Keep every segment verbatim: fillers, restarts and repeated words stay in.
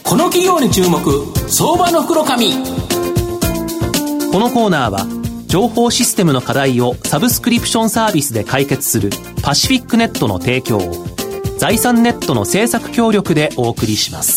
この企業に注目、相場の袋紙。 このコーナーは情報システムの課題をサブスクリプションサービスで解決するパシフィックネットの提供を財産ネットの制作協力でお送りします。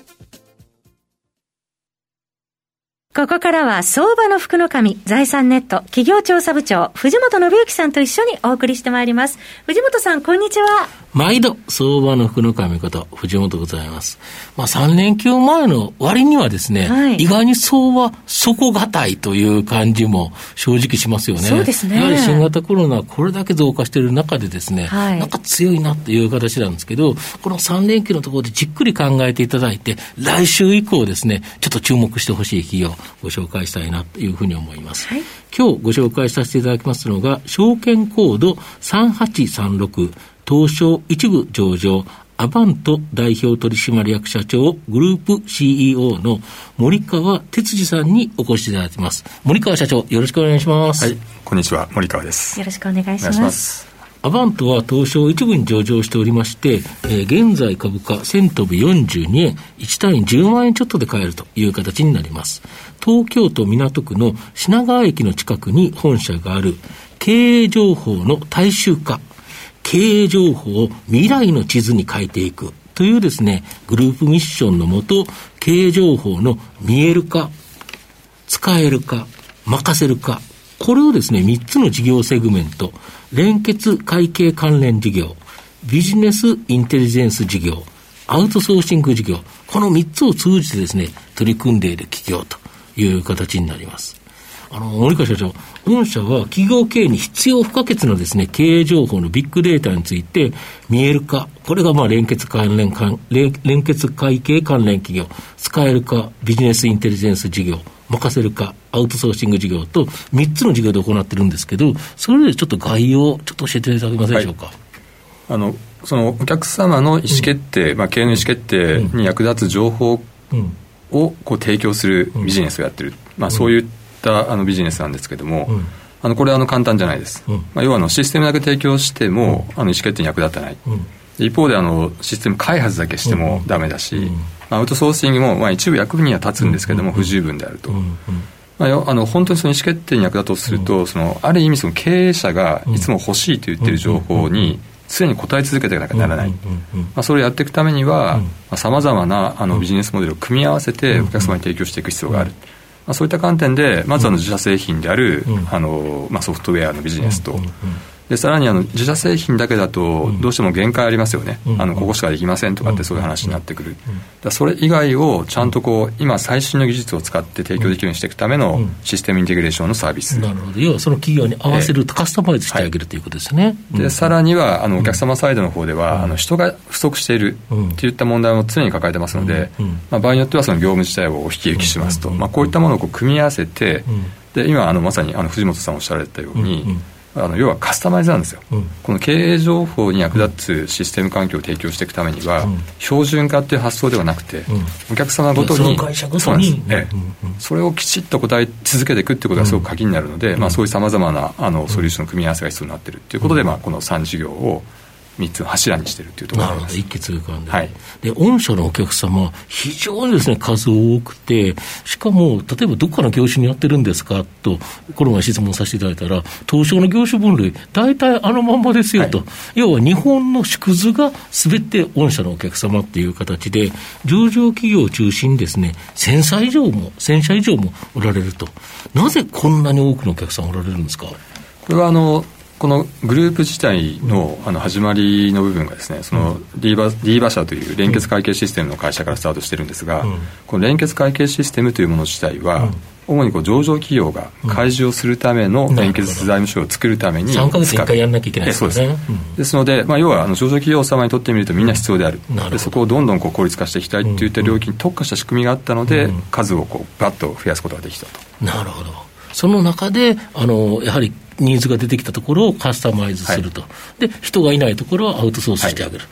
ここからは相場の福の神、財産ネット企業調査部長藤本信之さんと一緒にお送りしてまいります。藤本さん、こんにちは。 毎度相場の福の神こと藤本でございます。まあ、さん連休前の割にはですね、はい、意外に相場底堅いという感じも正直しますよね。 そうですね。 やはり新型コロナこれだけ増加している中でですね、はい、なんか強いなという形なんですけど、このさん連休のところでじっくり考えていただいて、来週以降ですね、ちょっと注目してほしい企業をご紹介したいなというふうに思います。はい、今日ご紹介させていただきますのが、証券コードさんはちさんろく東証一部上場アバント代表取締役社長グループ シーイーオー の森川哲司さんにお越しいただいています。森川社長、よろしくお願いします。 はい、こんにちは、森川です。 よろしくお願いします。 アバントは東証一部に上場しておりまして、えー、現在株価せん飛びよんじゅうにえん、いち単位じゅうまんえんちょっとで買えるという形になります。東京都港区の品川駅の近くに本社がある経営情報の大衆化、経営情報を未来の地図に変えていくというですね、グループミッションのもと、経営情報の見える化、使える化、任せる化、これをですね、みっつの事業セグメント、連結会計関連事業、ビジネスインテリジェンス事業、アウトソーシング事業、このみっつを通じてですね、取り組んでいる企業という形になります。あの、森川社長、御社は企業経営に必要不可欠なですね、経営情報のビッグデータについて見える化、これがまあ連結関連関連、連結会計関連企業、使える化、ビジネスインテリジェンス事業、任せる化、アウトソーシング事業とみっつの事業で行っているんですけど、それでちょっと概要をちょっと教えていただけませんでしょうか。はい、 あのそのお客様の意思決定、うん、まあ、経営の意思決定に役立つ情報をこう提供するビジネスをやっている、まあ、そういったあのビジネスなんですけども、うん、あのこれはあの簡単じゃないです。うん、まあ、要はあのシステムだけ提供しても、うん、あの意思決定に役立たない。うん、一方であのシステム開発だけしてもダメだし、うん、まあ、アウトソーシングもまあ一部役には立つんですけども、うん、不十分であると。うんうん、まあ、あの本当にその意思決定に役立とうとすると、うん、そのある意味その経営者がいつも欲しいと言っている情報に常に答え続けていかなきゃならない。まあ、それをやっていくためにはさまざ、まなあのビジネスモデルを組み合わせてお客様に提供していく必要がある。まあ、そういった観点でまずあの自社製品である、うん、あのまあ、ソフトウェアのビジネスと、うんうんうん、でさらにあの自社製品だけだとどうしても限界ありますよね。うん、あのここしかできませんとかってそういう話になってくる。うんうん、だそれ以外をちゃんとこう今最新の技術を使って提供できるようにしていくためのシステムインテグレーションのサービス。 なるほど。要はその企業に合わせるとカスタマイズしてあげるということですね。 はい、でさらにはあのお客様サイドの方では、うん、あの人が不足しているといった問題を常に抱えてますので、うんうん、まあ、場合によってはその業務自体をお引き受けしますと、まあ、こういったものをこう組み合わせて、うん、で今あのまさにあの藤本さんおっしゃられたように、うんうん、あの要はカスタマイズなんですよ。うん、この経営情報に役立つシステム環境を提供していくためには、うん、標準化という発想ではなくて、うん、お客様ごとに、 その会社ごとに、 ええ、うんうん、それをきちっと答え続けていくということがすごく鍵になるので、うん、まあ、そういうさまざまなあのソリューションの組み合わせが必要になっているということで、うん、まあ、このさん事業をみっつの柱にしているというところがあります。 一気通貫で、はい、で御社のお客様非常にですね数多くて、しかも例えばどこかの業種にやってるんですかとこの前質問させていただいたら、東証の業種分類大体あのまんまですよと、はい、要は日本の縮図が全て御社のお客様っていう形で、上場企業を中心にですねせんさい以上もせん社以上もおられると。なぜこんなに多くのお客さんおられるんですか。 これはあのこのグループ自体 の, あの始まりの部分がですね、そのリーバ、リーバ社という連結会計システムの会社からスタートしてるんですが、うん、この連結会計システムというもの自体は、うん、主にこう上場企業が開示をするための連結財務書を作るためにさんかげついっかいやらなきゃいけないですよね。 そうです、うん、ですので、まあ、要はあの上場企業様にとってみるとみんな必要である、うん、でそこをどんどんこう効率化していきたいといった領域に特化した仕組みがあったので、うん、数をこうバッと増やすことができたと。 なるほど。その中であのやはりニーズが出てきたところをカスタマイズすると、はい、で人がいないところはアウトソースしてあげる、はい、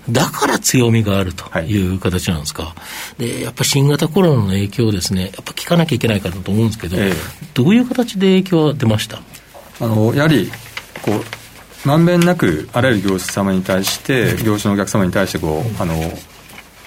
だから強みがあるという形なんですか。はい、でやっぱ新型コロナの影響をですねやっぱ聞かなきゃいけないかと思うんですけど、えー、どういう形で影響は出ました。 あのやはりこうまんべんなくあらゆる業者様に対して、うん、業種のお客様に対してこう、うん、あのこ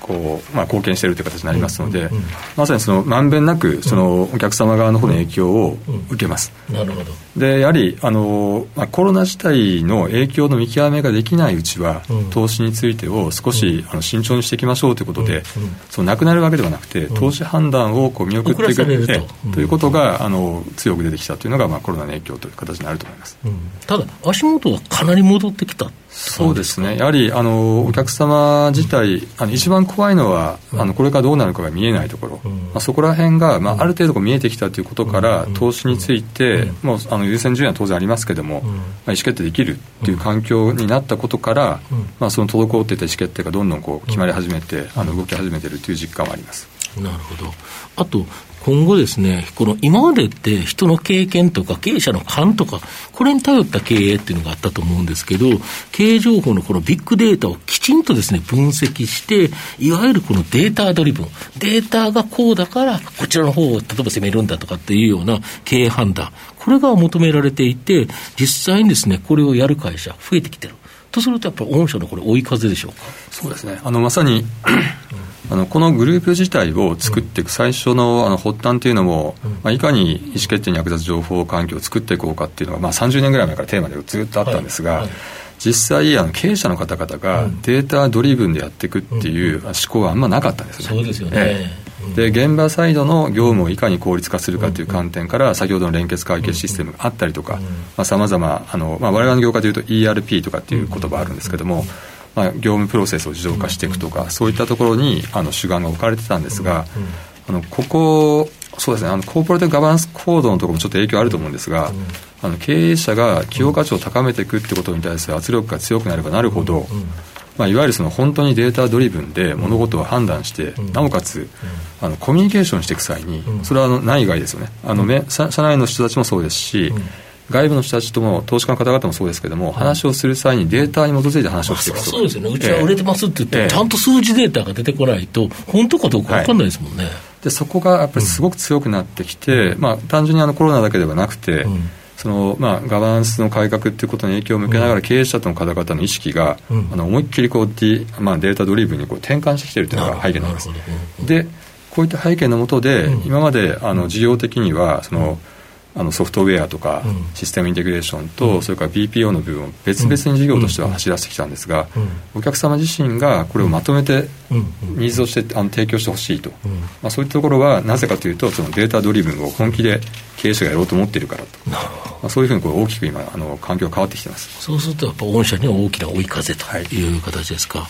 こう、まあ、貢献しているという形になりますので、うんうんうん、まさにそのまんべんなくそのお客様側の方の影響を受けます、 うんうん、なるほど。 でやはりあの、まあ、コロナ自体の影響の見極めができないうちは、うん、投資についてを少し、うん、あの慎重にしていきましょうということで、うんうん、そのなくなるわけではなくて、うん、投資判断をこう見送っていく、うん、と、うん、ということがあの強く出てきたというのが、まあ、コロナの影響という形になると思います、 うん、ただ足元はかなり戻ってきた。 そうですね、やはりあのお客様自体、あの一番怖いのは、うん、あのこれからどうなるかが見えないところ、うん、まあ、そこら辺が、まあ、ある程度こう見えてきたということから、うん、投資について、うん、もうあの優先順位は当然ありますけども、うん、まあ、意思決定できるという環境になったことから、うん、まあ、その滞っていた意思決定がどんどんこう決まり始めて、うん、あの動き始めているという実感はあります。 なるほど。あと今後ですね、この今までって人の経験とか経営者の勘とかこれに頼った経営っていうのがあったと思うんですけど、経営情報のこのビッグデータをきちんとですね分析して、いわゆるこのデータドリブン、データがこうだからこちらの方を例えば攻めるんだとかっていうような経営判断、これが求められていて、実際にですねこれをやる会社増えてきてるとすると、やっぱり御社のこれ追い風でしょうか。 そうですね、あのまさにあのこのグループ自体を作っていく最初 の, あの発端というのも、うん、まあ、いかに意思決定に役立つ情報環境を作っていこうかっていうのが、まあ、さんじゅうねんぐらい前からテーマでずっとあったんですが、はいはい、実際あの経営者の方々がデータドリブンでやっていくっていう思考はあんまなかったんですよね。 そうですよね、 ええ、で現場サイドの業務をいかに効率化するかという観点から、先ほどの連結会計システムがあったりとか、さまざま我々の業界でいうと イーアールピー とかっていう言葉あるんですけども、まあ、業務プロセスを自動化していくとか、そういったところにあの主眼が置かれてたんですが、あのここそうですね、あのコーポレートガバナンスコードのところもちょっと影響あると思うんですが、あの経営者が企業価値を高めていくってことに対する圧力が強くなればなるほど、まあ、いわゆるその本当にデータドリブンで物事を判断して、なおかつあのコミュニケーションしていく際に、それはあの内外ですよね、あの社内の人たちもそうですし、外部の人たちとも投資家の方々もそうですけども、話をする際にデータに基づいて話をしていく、 まあ、そうですよね。うちは売れてますって言って、えー、ちゃんと数字データが出てこないと本当かどうか分かんないですもんね、はい、 でそこがやっぱりすごく強くなってきて、うん、まあ、単純にあのコロナだけではなくて、うん、そのまあ、ガバナンスの改革ということに影響を向けながら、経営者との方々の意識が、うん、あの思いっきりこう、まあ、データドリブンにこう転換してきているというのが背景なんです。でこういった背景の下で、うん、今まであの事業的にはその、うんあのソフトウェアとかシステムインテグレーションと、うん、それから ビーピーオー の部分を別々に事業としては走らせてきたんですが、うん、お客様自身がこれをまとめてニーズとしてあの提供してほしいと、うん、まあ、そういったところはなぜかというと、そのデータドリブンを本気で経営者がやろうと思っているからと、まあ、そういうふうにこう大きく今あの環境が変わってきています。 そうするとやっぱ御社には大きな追い風という形ですか、はい、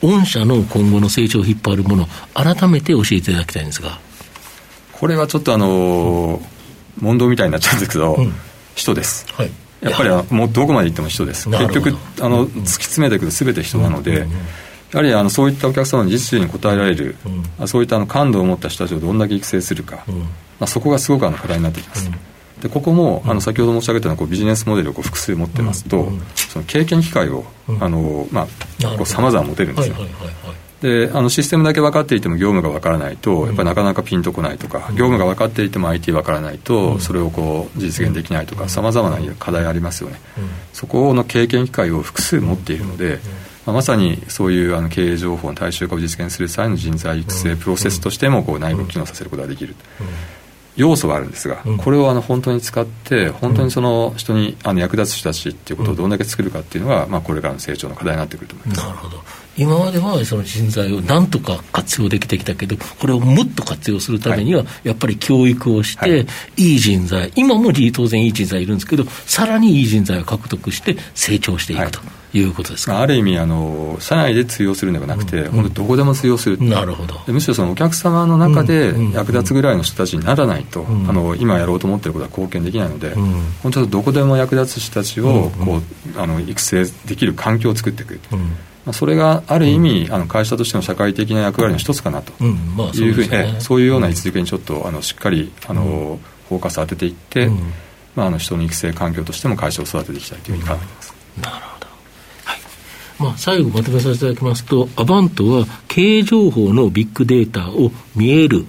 御社の今後の成長を引っ張るもの、改めて教えていただきたいんですが。 これはちょっとあのーうん問答みたいになっちゃうんですけど、うん、人です、はい、やっぱりもうどこまで行っても人です。結局あの突き詰めていくと全て人なので、うんうんうん、やはりあのそういったお客様の実需に応えられる、うん、そういったあの感度を持った人たちをどんだけ育成するか、うん、まあ、そこがすごくあの課題になってきます、うん、でここもあの先ほど申し上げたようなこうビジネスモデルをこう複数持ってますと、うんうん、その経験機会をあの、まあ、さまざま持てるんですよ、はいはいはいはい。であのシステムだけ分かっていても業務が分からないとやっぱりなかなかピンとこないとか、うん、業務が分かっていても アイティー 分からないとそれをこう実現できないとか、さまざまな課題ありますよね、うん、そこの経験機会を複数持っているので、まあ、まさにそういうあの経営情報の大衆化を実現する際の人材育成プロセスとしてもこう内部機能させることができる要素はあるんですが、これをあの本当に使って本当にその人にあの役立つ人たちっていうことをどんだけ作るかっていうのが、まあ、これからの成長の課題になってくると思います。 なるほど。今まではその人材をなんとか活用できてきたけど、これをもっと活用するためにはやっぱり教育をして、はい、いい人材、今も当然いい人材いるんですけど、さらにいい人材を獲得して成長していくということですか。 はい、ある意味あの社内で通用するのではなくて、うん、本当どこでも通用する。 なるほど。 むしろそのお客様の中で役立つぐらいの人たちにならないと、うん、あの今やろうと思っていることは貢献できないので、うん、本当どこでも役立つ人たちをこう、うん、あの育成できる環境を作っていく、うん、まあ、それがある意味、うん、あの会社としての社会的な役割の一つかなというふうに、そういうような位置づけにちょっとあのしっかりあの、うん、フォーカスを当てていって、うん、まあ、あの人の育成環境としても会社を育てていきたいというふうに考えています。 うん、なるほど。はい。まあ、最後まとめさせていただきますと、アバントは経営情報のビッグデータを見える、使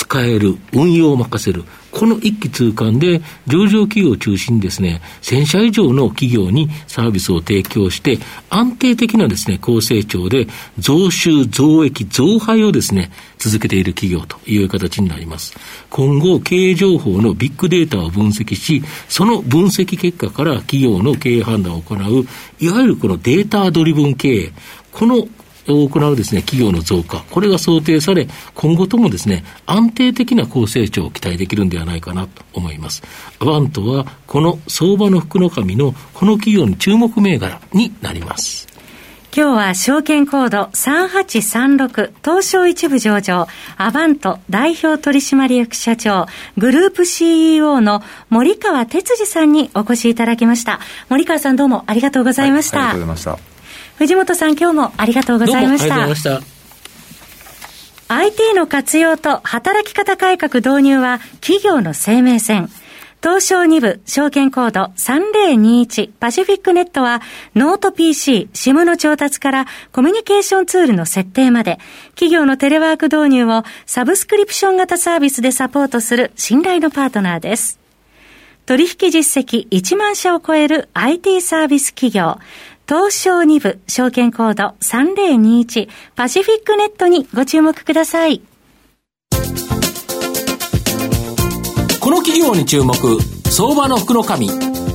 抱える、運用を任せる、この一気通貫で上場企業を中心にですね、せんしゃ以上の企業にサービスを提供して安定的なですね、高成長で増収、増益、増配をですね、続けている企業という形になります。今後、経営情報のビッグデータを分析し、その分析結果から企業の経営判断を行う、いわゆるこのデータドリブン経営、このを行うですね、企業の増加、これが想定され、今後ともですね、安定的な高成長を期待できるんではないかなと思います。アバントは、この相場の福の神のこの企業の注目銘柄になります。 今日は証券コードさんはちさんろく東証一部上場アバント代表取締役社長グループ シーイーオー の森川哲司さんにお越しいただきました。森川さんどうもありがとうございました。 はい、ありがとうございました。 藤本さん今日もありがとうございました。 どうもありがとうございました。 アイティー の活用と働き方改革導入は企業の生命線。東証に部証券コードさんぜろにいちパシフィックネットはノート ピーシー、シムの調達からコミュニケーションツールの設定まで企業のテレワーク導入をサブスクリプション型サービスでサポートする信頼のパートナーです。取引実績いちまん社を超える アイティー サービス企業東証に部証券コードさんぜろにいちパシフィックネットにご注目ください。 この企業に注目、相場の福の神。 こ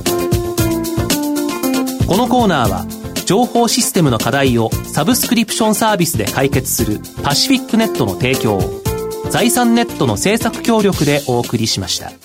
のコーナーは情報システムの課題をサブスクリプションサービスで解決するパシフィックネットの提供を財産ネットの制作協力でお送りしました。